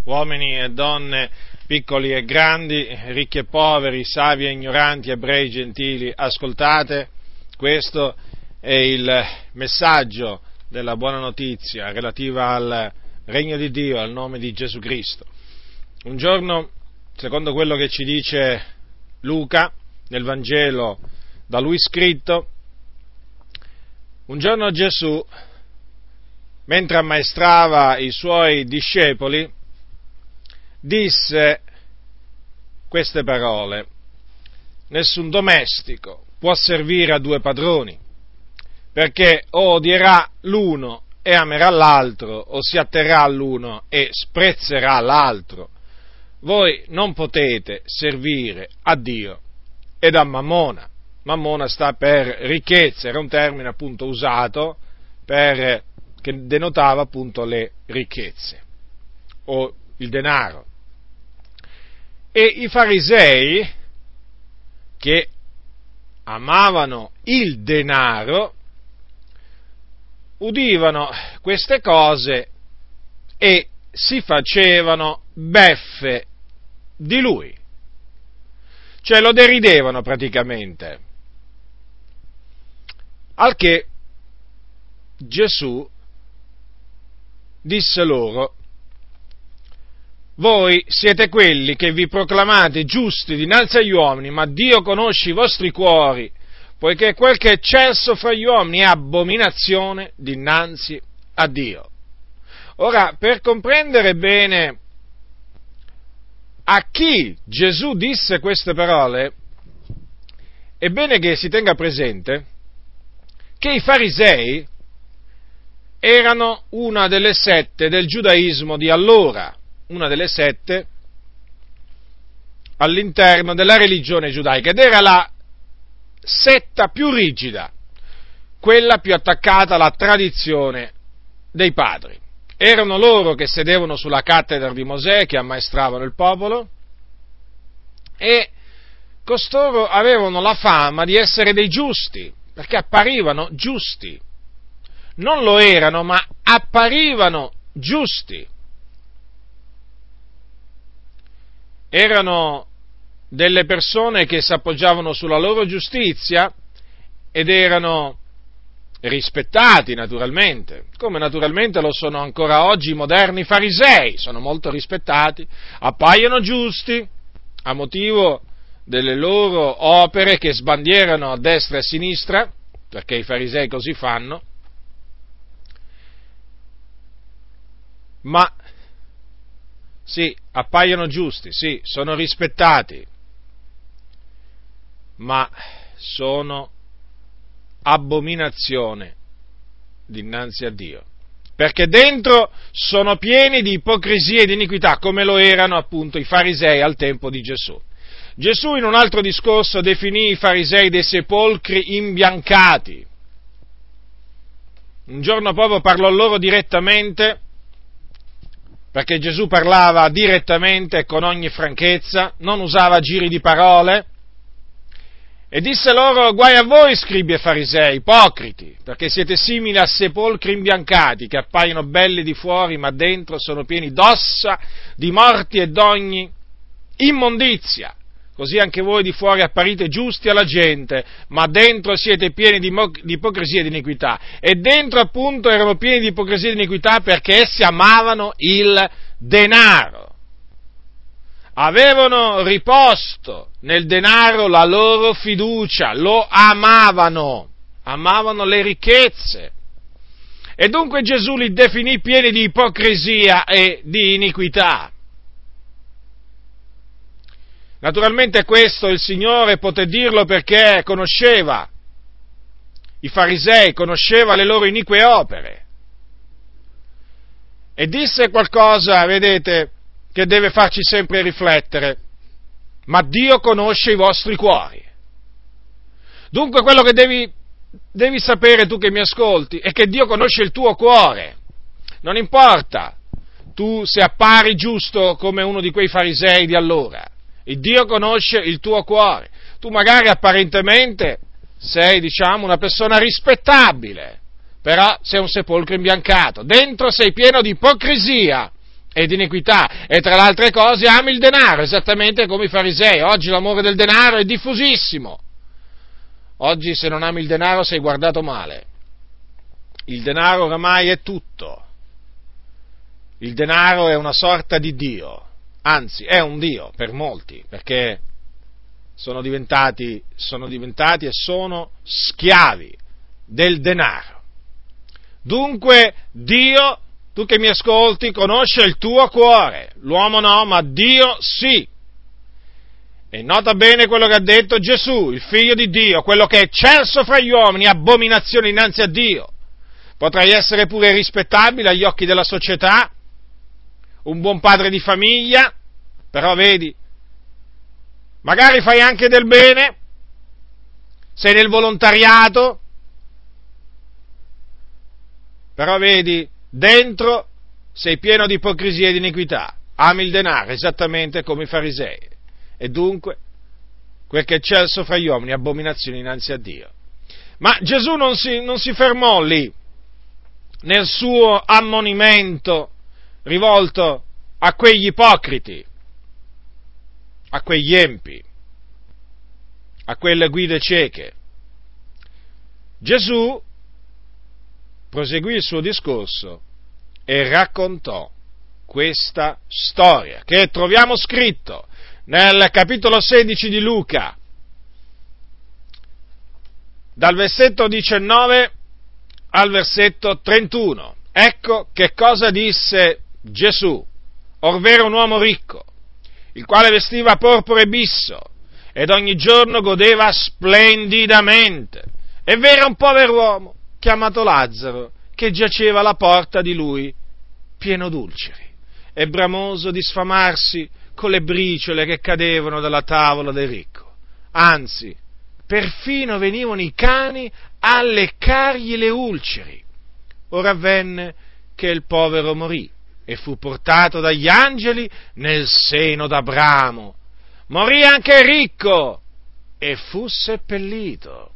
uomini e donne, piccoli e grandi, ricchi e poveri, savi e ignoranti, ebrei e gentili, ascoltate, questo è il messaggio della buona notizia relativa al regno di Dio, al nome di Gesù Cristo. Un giorno, secondo quello che ci dice Luca nel Vangelo da lui scritto, un giorno Gesù, mentre ammaestrava i suoi discepoli, disse queste parole: nessun domestico può servire a due padroni, perché o odierà l'uno e amerà l'altro, o si atterrà all'uno e sprezzerà l'altro. Voi non potete servire a Dio ed a Mammona. Mammona sta per ricchezza, era un termine appunto usato che denotava appunto le ricchezze o il denaro. E i farisei, che amavano il denaro, udivano queste cose e si facevano beffe di lui, cioè lo deridevano praticamente. Al che Gesù disse loro: voi siete quelli che vi proclamate giusti dinanzi agli uomini, ma Dio conosce i vostri cuori, poiché quel che è eccelso fra gli uomini è abominazione dinanzi a Dio. Ora, per comprendere bene a chi Gesù disse queste parole, è bene che si tenga presente che i farisei erano una delle sette del giudaismo di allora, una delle sette all'interno della religione giudaica, ed era la setta più rigida, quella più attaccata alla tradizione dei padri. Erano loro che sedevano sulla cattedra di Mosè, che ammaestravano il popolo, e costoro avevano la fama di essere dei giusti, perché apparivano giusti. Non lo erano, ma apparivano giusti. Erano delle persone che si appoggiavano sulla loro giustizia ed erano rispettati naturalmente, come naturalmente lo sono ancora oggi i moderni farisei, sono molto rispettati, appaiono giusti a motivo delle loro opere che sbandierano a destra e a sinistra, perché i farisei così fanno, ma sì, appaiono giusti, sì, sono rispettati, ma sono abominazione dinanzi a Dio, perché dentro sono pieni di ipocrisia e di iniquità, come lo erano appunto i farisei al tempo di Gesù. Gesù in un altro discorso definì i farisei dei sepolcri imbiancati. Un giorno proprio parlò loro direttamente, perché Gesù parlava direttamente e con ogni franchezza, non usava giri di parole, e disse loro: guai a voi, scribi e farisei, ipocriti, perché siete simili a sepolcri imbiancati, che appaiono belli di fuori, ma dentro sono pieni d'ossa, di morti e d'ogni immondizia. Così anche voi di fuori apparite giusti alla gente, ma dentro siete pieni di ipocrisia e di iniquità. E dentro appunto erano pieni di ipocrisia e di iniquità perché essi amavano il denaro. Avevano riposto nel denaro la loro fiducia, lo amavano le ricchezze. E dunque Gesù li definì pieni di ipocrisia e di iniquità. Naturalmente questo il Signore poté dirlo perché conosceva i farisei, conosceva le loro inique opere. E disse qualcosa, vedete, che deve farci sempre riflettere: ma Dio conosce i vostri cuori. Dunque quello che devi sapere, tu che mi ascolti, è che Dio conosce il tuo cuore. Non importa tu se appari giusto come uno di quei farisei di allora, il Dio conosce il tuo cuore. Tu magari apparentemente sei, una persona rispettabile, però sei un sepolcro imbiancato, dentro sei pieno di ipocrisia ed iniquità, e tra le altre cose ami il denaro, esattamente come i farisei. Oggi l'amore del denaro è diffusissimo. Oggi se non ami il denaro sei guardato male. Il denaro oramai è tutto. Il denaro è una sorta di Dio, anzi è un Dio per molti, perché sono diventati e sono schiavi del denaro. Dunque Dio, tu che mi ascolti, conosce il tuo cuore, l'uomo no, ma Dio sì. E nota bene quello che ha detto Gesù, il figlio di Dio, quello che è eccelso fra gli uomini, abominazione innanzi a Dio. Potrai essere pure rispettabile agli occhi della società, un buon padre di famiglia, però vedi, magari fai anche del bene, sei nel volontariato, però vedi, dentro sei pieno di ipocrisia e di iniquità, ami il denaro esattamente come i farisei, e dunque quel che è eccelso fra gli uomini, abominazione innanzi a Dio. Ma Gesù non si fermò lì, nel suo ammonimento rivolto a quegli ipocriti, a quegli empi, a quelle guide cieche. Gesù proseguì il suo discorso e raccontò questa storia che troviamo scritto nel capitolo 16 di Luca, dal versetto 19 al versetto 31. Ecco che cosa disse Gesù, orvero un uomo ricco, il quale vestiva porpora e bisso, ed ogni giorno godeva splendidamente. E v'era un pover'uomo, chiamato Lazzaro, che giaceva alla porta di lui, pieno d'ulceri, e bramoso di sfamarsi con le briciole che cadevano dalla tavola del ricco. Anzi, perfino venivano i cani a leccargli le ulceri. Ora avvenne che il povero morì e fu portato dagli angeli nel seno d'Abramo. Morì anche il ricco e fu seppellito.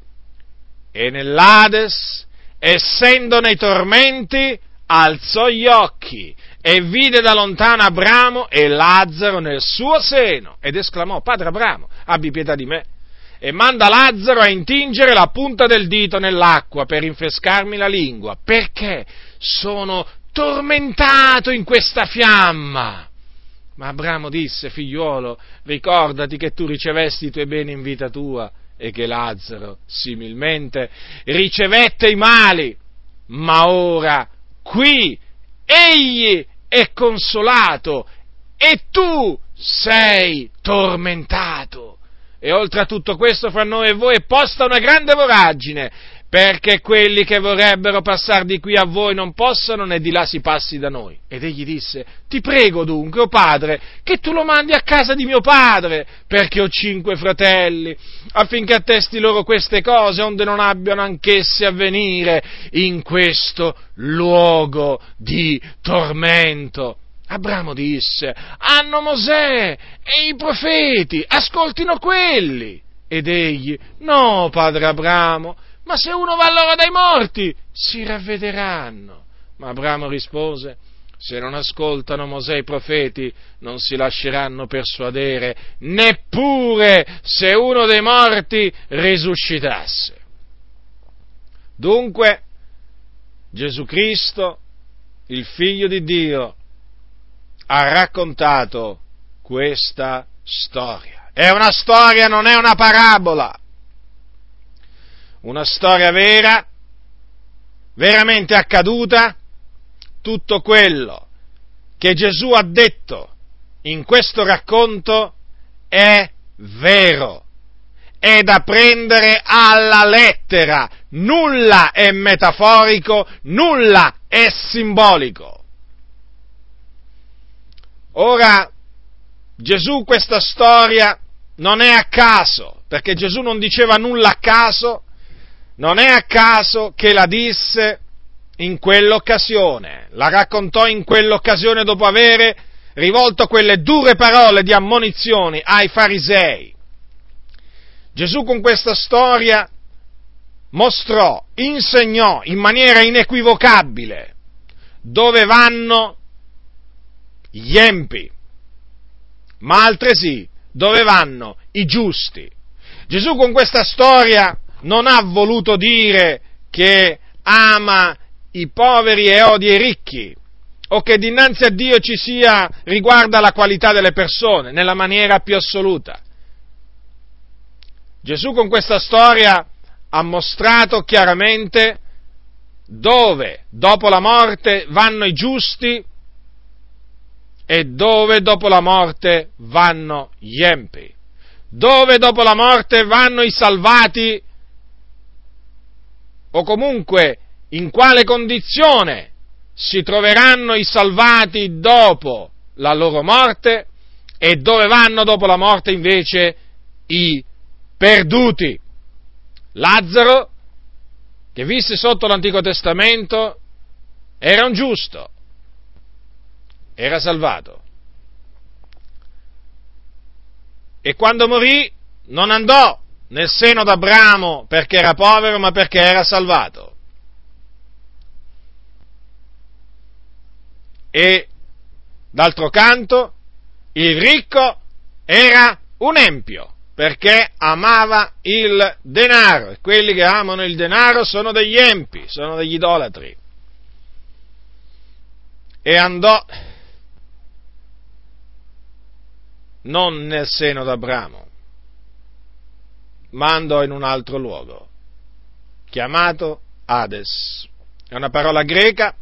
E nell'Ades, essendo nei tormenti, alzò gli occhi e vide da lontano Abramo e Lazzaro nel suo seno ed esclamò: Padre Abramo, abbi pietà di me e manda Lazzaro a intingere la punta del dito nell'acqua per rinfrescarmi la lingua, perché sono tormentato in questa fiamma. Ma Abramo disse: figliuolo, ricordati che tu ricevesti i tuoi beni in vita tua e che Lazzaro similmente ricevette i mali, ma ora qui egli è consolato e tu sei tormentato. E oltre a tutto questo, fra noi e voi è posta una grande voragine, perché quelli che vorrebbero passare di qui a voi non possono, né di là si passi da noi. Ed egli disse: ti prego dunque, o padre, che tu lo mandi a casa di mio padre, perché ho 5 fratelli, affinché attesti loro queste cose, onde non abbiano anch'essi a venire in questo luogo di tormento. Abramo disse: hanno Mosè e i profeti, ascoltino quelli. Ed egli: no, padre Abramo, ma se uno va loro dai morti, si ravvederanno. Ma Abramo rispose: se non ascoltano Mosè e i profeti, non si lasceranno persuadere, neppure se uno dei morti risuscitasse. Dunque, Gesù Cristo, il Figlio di Dio, ha raccontato questa storia. È una storia, non è una parabola. Una storia vera, veramente accaduta. Tutto quello che Gesù ha detto in questo racconto è vero, è da prendere alla lettera, nulla è metaforico, nulla è simbolico. Ora, Gesù questa storia non è a caso, perché Gesù non diceva nulla a caso, non è a caso che la disse in quell'occasione, la raccontò in quell'occasione dopo avere rivolto quelle dure parole di ammonizioni ai farisei. Gesù con questa storia mostrò, insegnò in maniera inequivocabile dove vanno gli empi, ma altresì dove vanno i giusti. Gesù con questa storia non ha voluto dire che ama i poveri e odia i ricchi, o che dinanzi a Dio ci sia riguarda la qualità delle persone, nella maniera più assoluta. Gesù con questa storia ha mostrato chiaramente dove dopo la morte vanno i giusti e dove dopo la morte vanno gli empi, dove dopo la morte vanno i salvati, o comunque in quale condizione si troveranno i salvati dopo la loro morte e dove vanno dopo la morte invece i perduti. Lazzaro, che visse sotto l'Antico Testamento, era un giusto, era salvato. E quando morì non andò nel seno d'Abramo perché era povero, ma perché era salvato. E d'altro canto il ricco era un empio perché amava il denaro, e quelli che amano il denaro sono degli empi, sono degli idolatri. E andò non nel seno d'Abramo, ma andò in un altro luogo, chiamato Hades. È una parola greca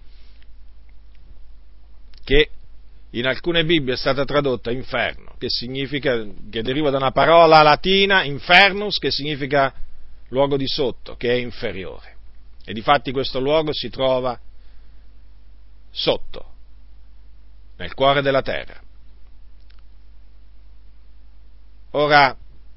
che in alcune Bibbie è stata tradotta inferno, che deriva da una parola latina, infernus, che significa luogo di sotto, che è inferiore. E difatti questo luogo si trova sotto, nel cuore della terra. Ora,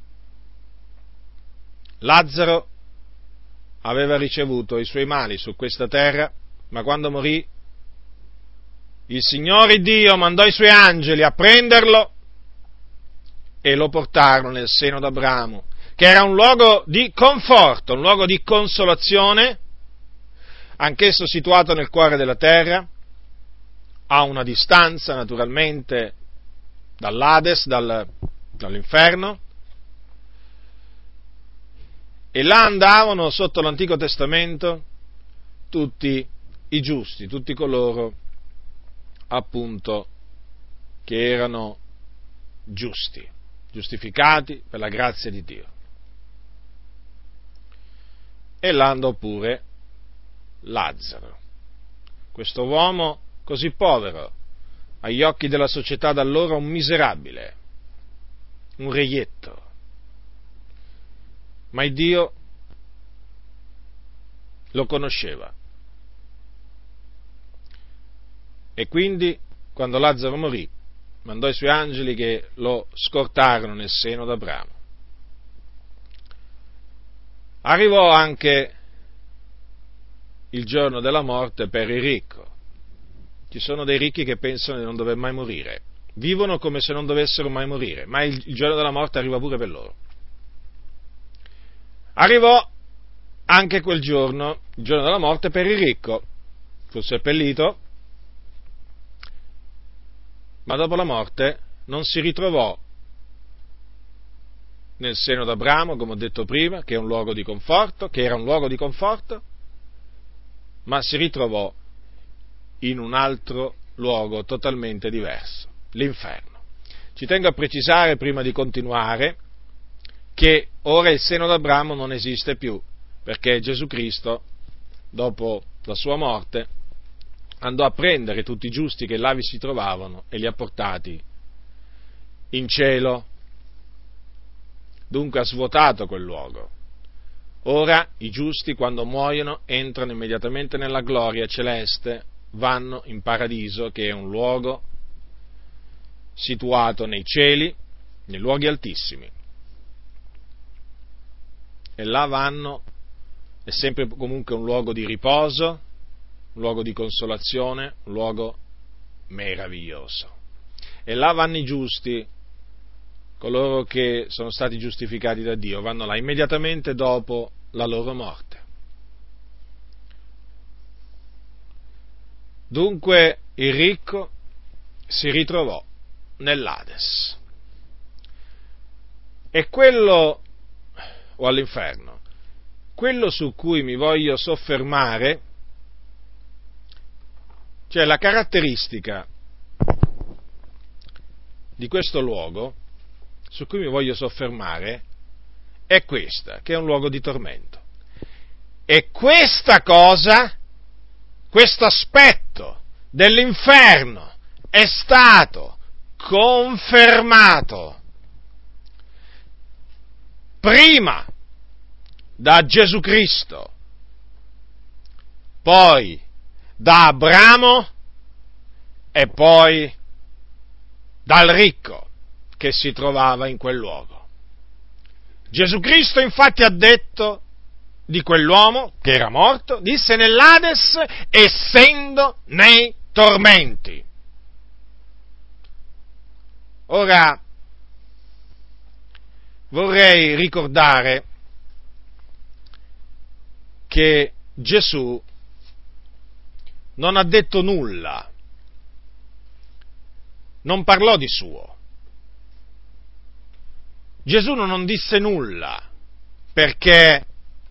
Lazzaro aveva ricevuto i suoi mali su questa terra, ma quando morì, il Signore Dio mandò i suoi angeli a prenderlo e lo portarono nel seno d'Abramo, che era un luogo di conforto, un luogo di consolazione, anch'esso situato nel cuore della terra, a una distanza naturalmente dall'Hades, dall'inferno, e là andavano sotto l'Antico Testamento tutti i giusti, tutti coloro appunto che erano giusti, giustificati per la grazia di Dio. E là andò pure Lazzaro, questo uomo così povero, agli occhi della società d'allora un miserabile, un reietto. Ma il Dio lo conosceva. E quindi, quando Lazzaro morì, mandò i suoi angeli che lo scortarono nel seno d'Abramo. Arrivò anche il giorno della morte per il ricco. Ci sono dei ricchi che pensano di non dover mai morire, vivono come se non dovessero mai morire, ma il giorno della morte arriva pure per loro. Arrivò anche quel giorno, il giorno della morte per il ricco, fu seppellito, ma dopo la morte non si ritrovò nel seno d'Abramo, come ho detto prima, che è un luogo di conforto, che era un luogo di conforto, ma si ritrovò in un altro luogo totalmente diverso, l'inferno. Ci tengo a precisare, prima di continuare, che ora il seno d'Abramo non esiste più, perché Gesù Cristo, dopo la sua morte, andò a prendere tutti i giusti che là vi si trovavano e li ha portati in cielo. Dunque ha svuotato quel luogo. Ora i giusti, quando muoiono, entrano immediatamente nella gloria celeste, vanno in paradiso, che è un luogo situato nei cieli, nei luoghi altissimi. E là vanno, è sempre comunque un luogo di riposo, un luogo di consolazione, un luogo meraviglioso. E là vanno i giusti, coloro che sono stati giustificati da Dio, vanno là immediatamente dopo la loro morte. Dunque il ricco si ritrovò nell'Ades. E quello, o all'inferno, quello su cui mi voglio soffermare, cioè la caratteristica di questo luogo su cui mi voglio soffermare è questa, che è un luogo di tormento. E questa cosa, questo aspetto dell'inferno è stato confermato prima da Gesù Cristo, poi da Abramo e poi dal ricco che si trovava in quel luogo. Gesù Cristo infatti ha detto di quell'uomo che era morto, disse nell'Ades, essendo nei tormenti. Ora, vorrei ricordare che Gesù non ha detto nulla, non parlò di suo. Gesù non disse nulla perché,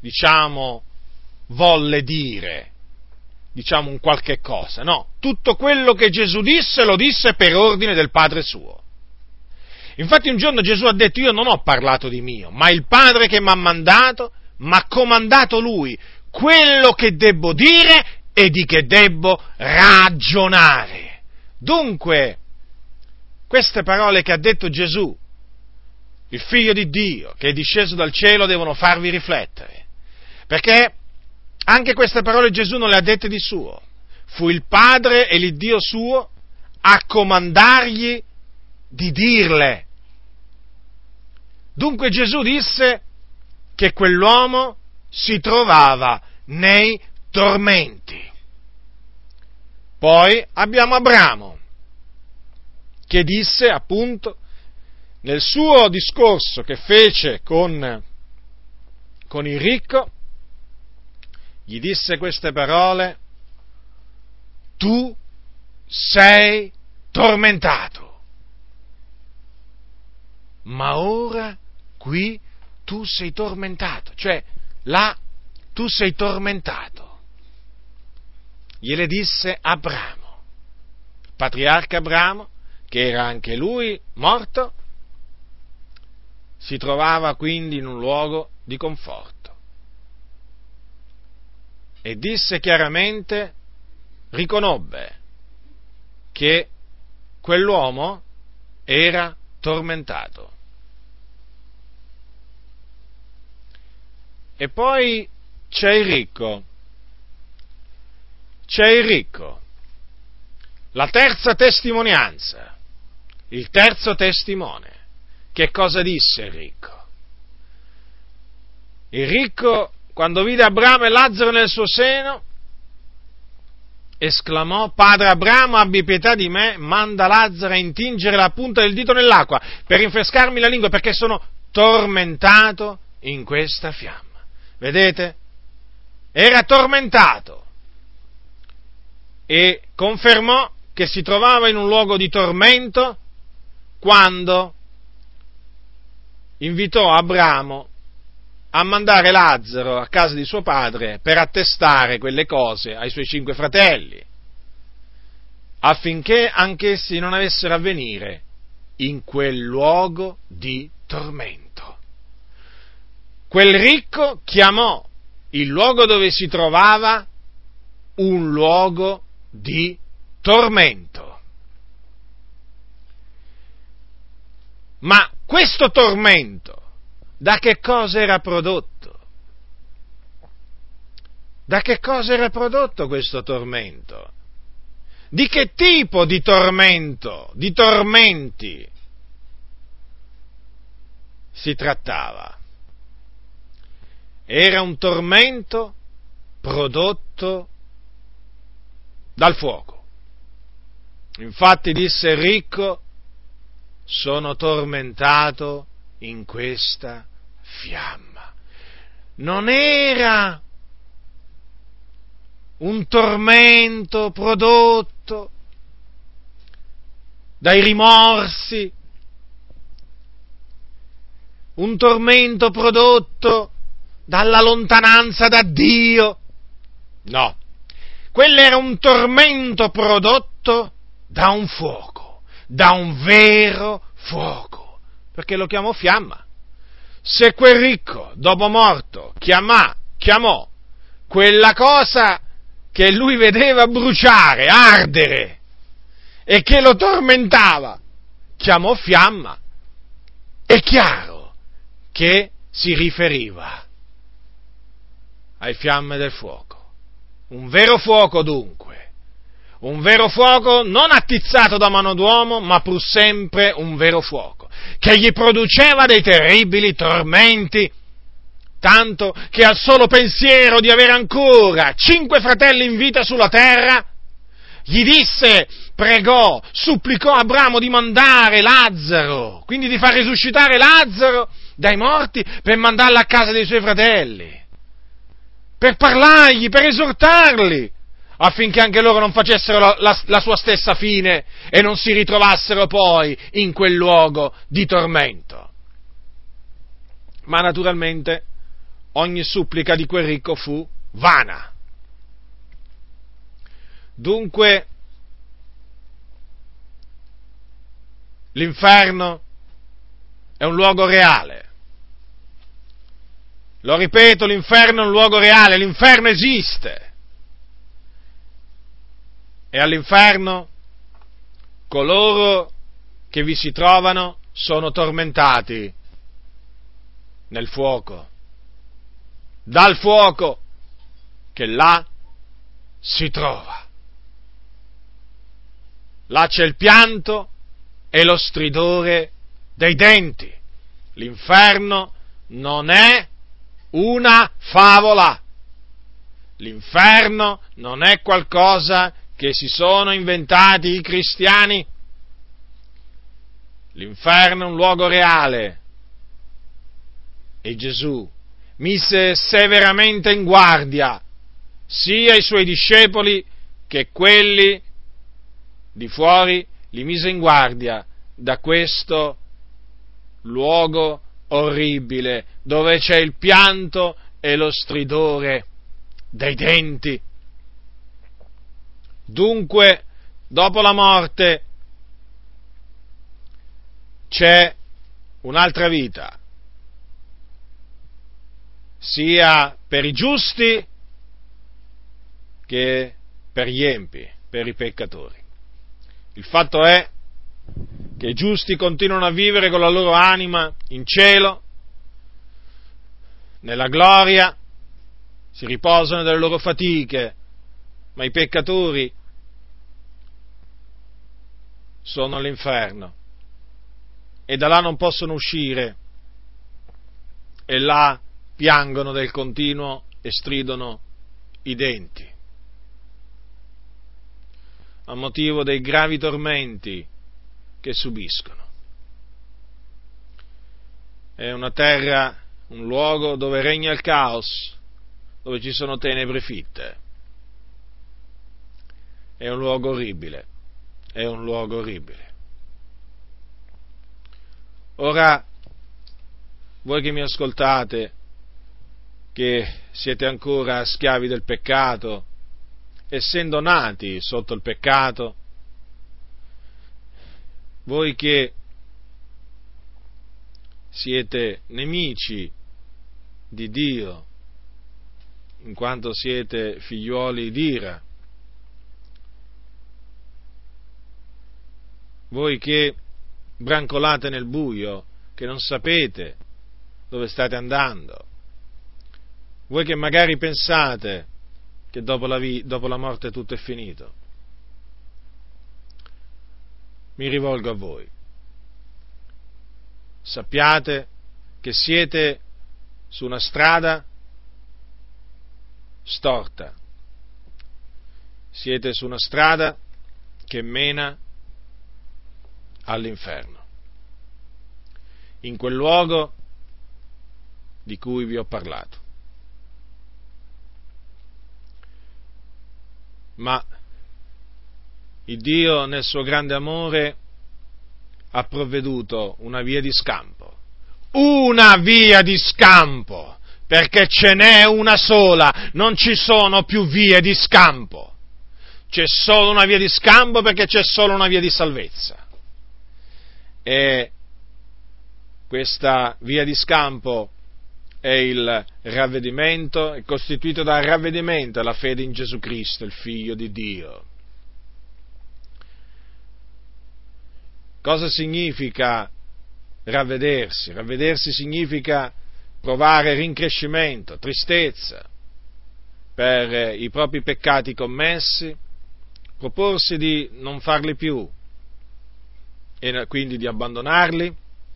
volle dire, un qualche cosa. No, tutto quello che Gesù disse lo disse per ordine del Padre suo. Infatti un giorno Gesù ha detto: io non ho parlato di mio, ma il Padre che mi ha mandato, mi ha comandato Lui quello che debbo dire e di che debbo ragionare. Dunque, queste parole che ha detto Gesù, il Figlio di Dio, che è disceso dal cielo, devono farvi riflettere, perché anche queste parole Gesù non le ha dette di suo, fu il Padre e l'Iddio suo a comandargli di dirle. Dunque Gesù disse che quell'uomo si trovava nei tormenti. Poi abbiamo Abramo, che disse appunto, nel suo discorso che fece con il ricco, gli disse queste parole: tu sei tormentato, ma ora qui tu sei tormentato, cioè là tu sei tormentato. Gliele disse Abramo, il patriarca Abramo, che era anche lui morto, si trovava quindi in un luogo di conforto. E disse chiaramente, riconobbe che quell'uomo era tormentato. E poi c'è il ricco, la terza testimonianza, il terzo testimone. Che cosa disse il ricco? Il ricco, quando vide Abramo e Lazzaro nel suo seno, esclamò: Padre Abramo, abbi pietà di me, manda Lazzaro a intingere la punta del dito nell'acqua per rinfrescarmi la lingua, perché sono tormentato in questa fiamma. Vedete? Era tormentato e confermò che si trovava in un luogo di tormento quando invitò Abramo a mandare Lazzaro a casa di suo padre per attestare quelle cose ai suoi 5 fratelli, affinché anch'essi non avessero a venire in quel luogo di tormento. Quel ricco chiamò il luogo dove si trovava un luogo di tormento. Ma questo tormento da che cosa era prodotto? Da che cosa era prodotto questo tormento? Di che tipo di tormento, di tormenti si trattava? Era un tormento prodotto dal fuoco. Infatti disse il ricco: sono tormentato in questa fiamma. Non era un tormento prodotto dai rimorsi, un tormento prodotto dalla lontananza da Dio. No, quello era un tormento prodotto da un fuoco, da un vero fuoco, perché lo chiamò fiamma. Se quel ricco, dopo morto, chiamò quella cosa che lui vedeva bruciare, ardere, e che lo tormentava, chiamò fiamma, è chiaro che si riferiva alle fiamme del fuoco. Un vero fuoco dunque, un vero fuoco non attizzato da mano d'uomo, ma pur sempre un vero fuoco, che gli produceva dei terribili tormenti, tanto che al solo pensiero di avere ancora 5 fratelli in vita sulla terra, gli disse, pregò, supplicò Abramo di mandare Lazzaro, quindi di far risuscitare Lazzaro dai morti per mandarlo a casa dei suoi fratelli, per parlargli, per esortarli, affinché anche loro non facessero la sua stessa fine e non si ritrovassero poi in quel luogo di tormento. Ma naturalmente ogni supplica di quel ricco fu vana. Dunque l'inferno è un luogo reale. Lo ripeto, l'inferno è un luogo reale, l'inferno esiste. E all'inferno coloro che vi si trovano sono tormentati nel fuoco, dal fuoco che là si trova. Là c'è il pianto e lo stridore dei denti. L'inferno non è una favola. L'inferno non è qualcosa che si sono inventati i cristiani. L'inferno è un luogo reale. E Gesù mise severamente in guardia sia i suoi discepoli che quelli di fuori, li mise in guardia da questo luogo orribile dove c'è il pianto e lo stridore dei denti. Dunque, dopo la morte c'è un'altra vita, sia per i giusti che per gli empi, per i peccatori. Il fatto è che i giusti continuano a vivere con la loro anima in cielo, nella gloria, si riposano delle loro fatiche, ma i peccatori sono all'inferno e da là non possono uscire e là piangono del continuo e stridono i denti a motivo dei gravi tormenti che subiscono. È una terra, un luogo dove regna il caos, dove ci sono tenebre fitte. È un luogo orribile, è un luogo orribile. Ora, voi che mi ascoltate, che siete ancora schiavi del peccato, essendo nati sotto il peccato, voi che siete nemici di Dio, in quanto siete figliuoli d'ira, voi che brancolate nel buio, che non sapete dove state andando, voi che magari pensate che dopo la morte tutto è finito, mi rivolgo a voi. Sappiate che siete su una strada storta, siete su una strada che mena all'inferno, in quel luogo di cui vi ho parlato. Ma il Dio, nel suo grande amore, ha provveduto una via di scampo. Una via di scampo, perché ce n'è una sola, non ci sono più vie di scampo. C'è solo una via di scampo perché c'è solo una via di salvezza. E questa via di scampo è il ravvedimento, è costituito dal ravvedimento e la fede in Gesù Cristo, il Figlio di Dio. Cosa significa ravvedersi? Ravvedersi significa provare rincrescimento, tristezza per i propri peccati commessi, proporsi di non farli più e quindi di abbandonarli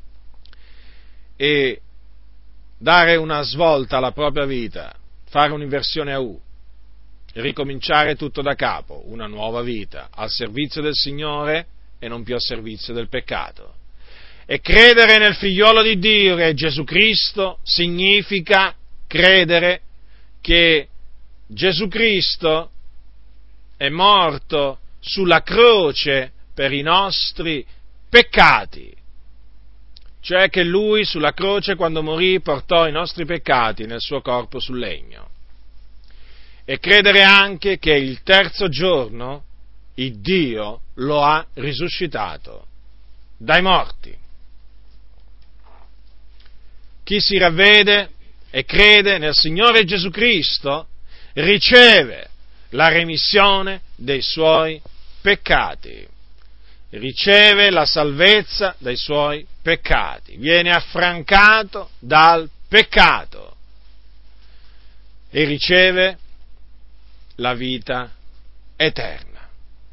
e dare una svolta alla propria vita, fare un'inversione a U, ricominciare tutto da capo, una nuova vita al servizio del Signore e non più al servizio del peccato. E credere nel Figliolo di Dio, che è Gesù Cristo, significa credere che Gesù Cristo è morto sulla croce per i nostri peccati, cioè che Lui sulla croce, quando morì, portò i nostri peccati nel suo corpo sul legno. E credere anche che il terzo giorno il Dio lo ha risuscitato dai morti. Chi si ravvede e crede nel Signore Gesù Cristo riceve la remissione dei suoi peccati, riceve la salvezza dai suoi peccati, viene affrancato dal peccato e riceve la vita eterna.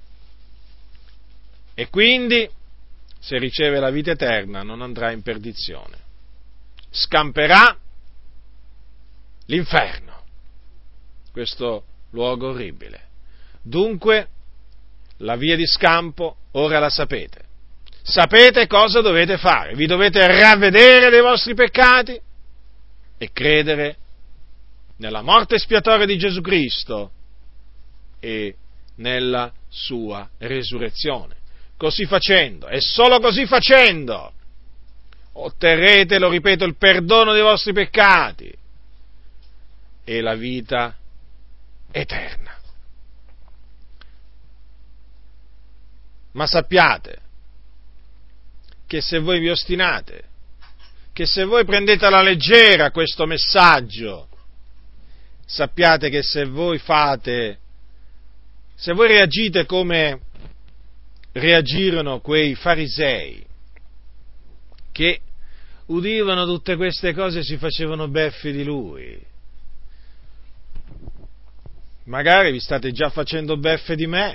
E quindi, se riceve la vita eterna, non andrà in perdizione, scamperà l'inferno, questo luogo orribile. Dunque, la via di scampo ora la sapete. Sapete cosa dovete fare. Vi dovete ravvedere dei vostri peccati e credere nella morte espiatoria di Gesù Cristo e nella sua resurrezione. Così facendo, e solo così facendo, otterrete, lo ripeto, il perdono dei vostri peccati e la vita eterna. Ma sappiate che se voi vi ostinate, che se voi prendete alla leggera questo messaggio, sappiate che se voi reagite come reagirono quei farisei che udivano tutte queste cose e si facevano beffi di lui, magari vi state già facendo beffe di me.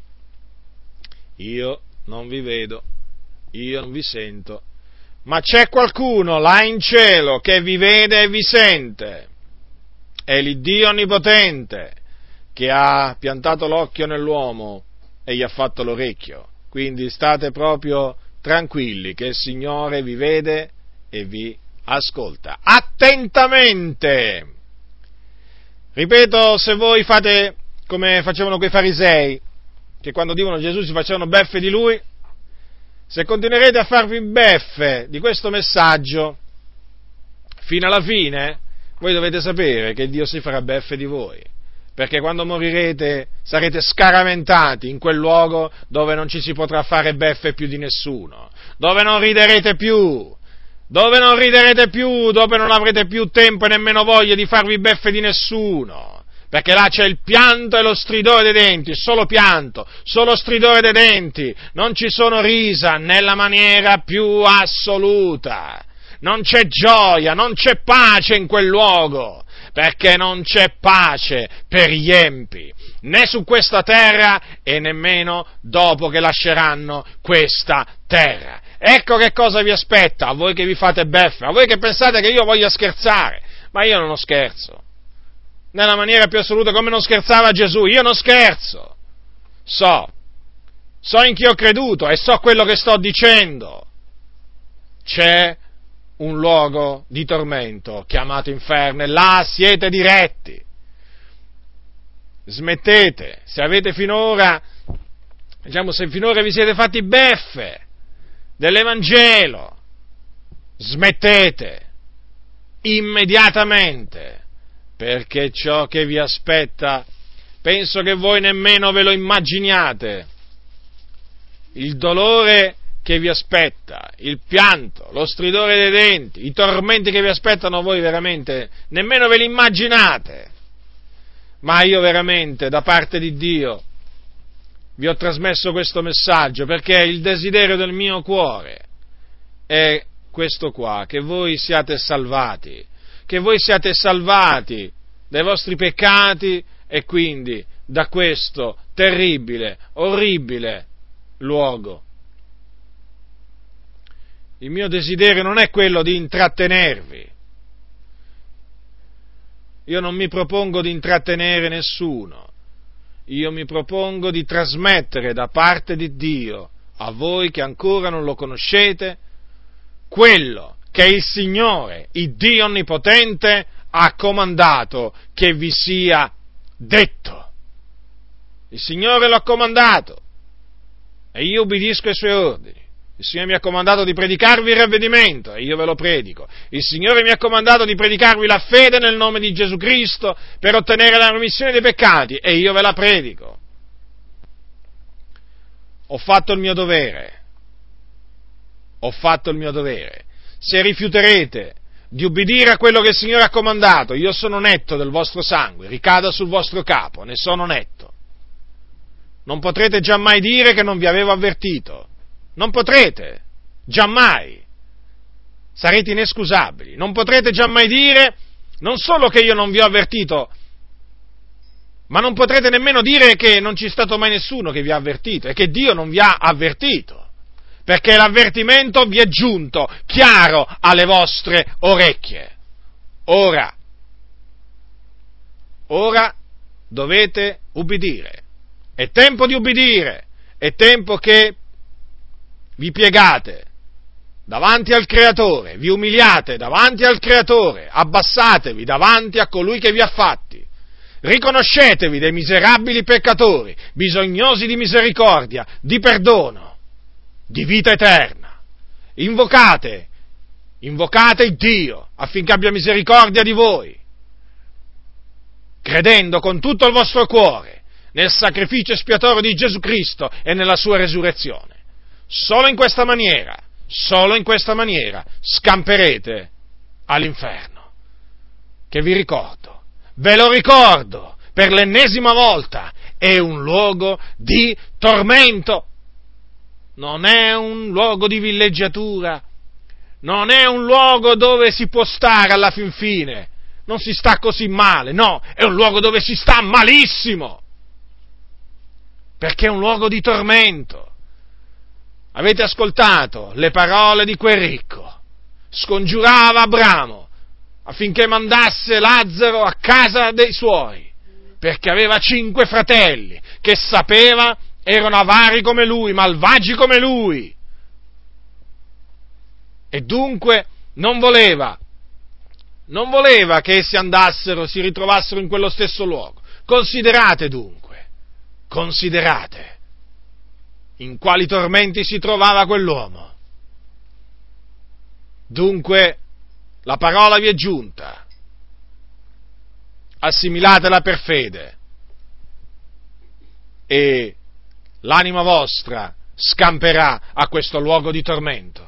Io non vi vedo, io non vi sento, ma c'è qualcuno là in cielo che vi vede e vi sente. È l'Iddio Onnipotente che ha piantato l'occhio nell'uomo e gli ha fatto l'orecchio. Quindi state proprio tranquilli che il Signore vi vede e vi ascolta attentamente. Ripeto, se voi fate come facevano quei farisei, che quando udivano Gesù si facevano beffe di lui, se continuerete a farvi beffe di questo messaggio fino alla fine, voi dovete sapere che Dio si farà beffe di voi, perché quando morirete sarete scaraventati in quel luogo dove non ci si potrà fare beffe più di nessuno, dove non riderete più, dove non avrete più tempo e nemmeno voglia di farvi beffe di nessuno. Perché là c'è il pianto e lo stridore dei denti, solo pianto, solo stridore dei denti, non ci sono risa nella maniera più assoluta, non c'è gioia, non c'è pace in quel luogo, perché non c'è pace per gli empi, né su questa terra e nemmeno dopo che lasceranno questa terra. Ecco che cosa vi aspetta, a voi che vi fate beffe, a voi che pensate che io voglia scherzare, ma io non scherzo. Nella maniera più assoluta, come non scherzava Gesù, io non scherzo, so in chi ho creduto e so quello che sto dicendo. C'è un luogo di tormento chiamato inferno e là siete diretti. Smettete, se finora vi siete fatti beffe dell'Evangelo, smettete immediatamente, perché ciò che vi aspetta, penso che voi nemmeno ve lo immaginiate. Il dolore che vi aspetta, il pianto, lo stridore dei denti, i tormenti che vi aspettano, voi veramente nemmeno ve li immaginate. Ma io veramente, da parte di Dio, vi ho trasmesso questo messaggio perché il desiderio del mio cuore è questo qua, che voi siate salvati dai vostri peccati e quindi da questo terribile, orribile luogo. Il mio desiderio non è quello di intrattenervi. Io non mi propongo di intrattenere nessuno. Io mi propongo di trasmettere da parte di Dio a voi che ancora non lo conoscete quello che il Signore, il Dio Onnipotente, ha comandato che vi sia detto. Il Signore l'ha comandato e io ubbidisco ai Suoi ordini. Il Signore mi ha comandato di predicarvi il ravvedimento e io ve lo predico. Il Signore mi ha comandato di predicarvi la fede nel nome di Gesù Cristo per ottenere la remissione dei peccati e io ve la predico. Ho fatto il mio dovere. Se rifiuterete di ubbidire a quello che il Signore ha comandato, io sono netto del vostro sangue, ricada sul vostro capo, ne sono netto. Non potrete giammai dire che non vi avevo avvertito. Non potrete, giammai. Sarete inescusabili. Non potrete giammai dire, non solo che io non vi ho avvertito, ma non potrete nemmeno dire che non c'è stato mai nessuno che vi ha avvertito e che Dio non vi ha avvertito. Perché l'avvertimento vi è giunto chiaro alle vostre orecchie. Ora dovete ubbidire. È tempo di ubbidire, è tempo che vi piegate davanti al Creatore, vi umiliate davanti al Creatore, abbassatevi davanti a colui che vi ha fatti. Riconoscetevi dei miserabili peccatori, bisognosi di misericordia, di perdono, di vita eterna. Invocate il Dio affinché abbia misericordia di voi, credendo con tutto il vostro cuore nel sacrificio espiatorio di Gesù Cristo e nella sua resurrezione. Solo in questa maniera scamperete all'inferno, che ve lo ricordo per l'ennesima volta, è un luogo di tormento. Non è un luogo di villeggiatura, non è un luogo dove si può stare alla fin fine, non si sta così male, no, è un luogo dove si sta malissimo, perché è un luogo di tormento. Avete ascoltato le parole di quel ricco? Scongiurava Abramo affinché mandasse Lazzaro a casa dei suoi, perché aveva 5 fratelli che sapeva erano avari come lui, malvagi come lui, e dunque non voleva che essi si ritrovassero in quello stesso luogo. Considerate in quali tormenti si trovava quell'uomo. Dunque la parola vi è giunta, assimilatela per fede e l'anima vostra scamperà a questo luogo di tormento.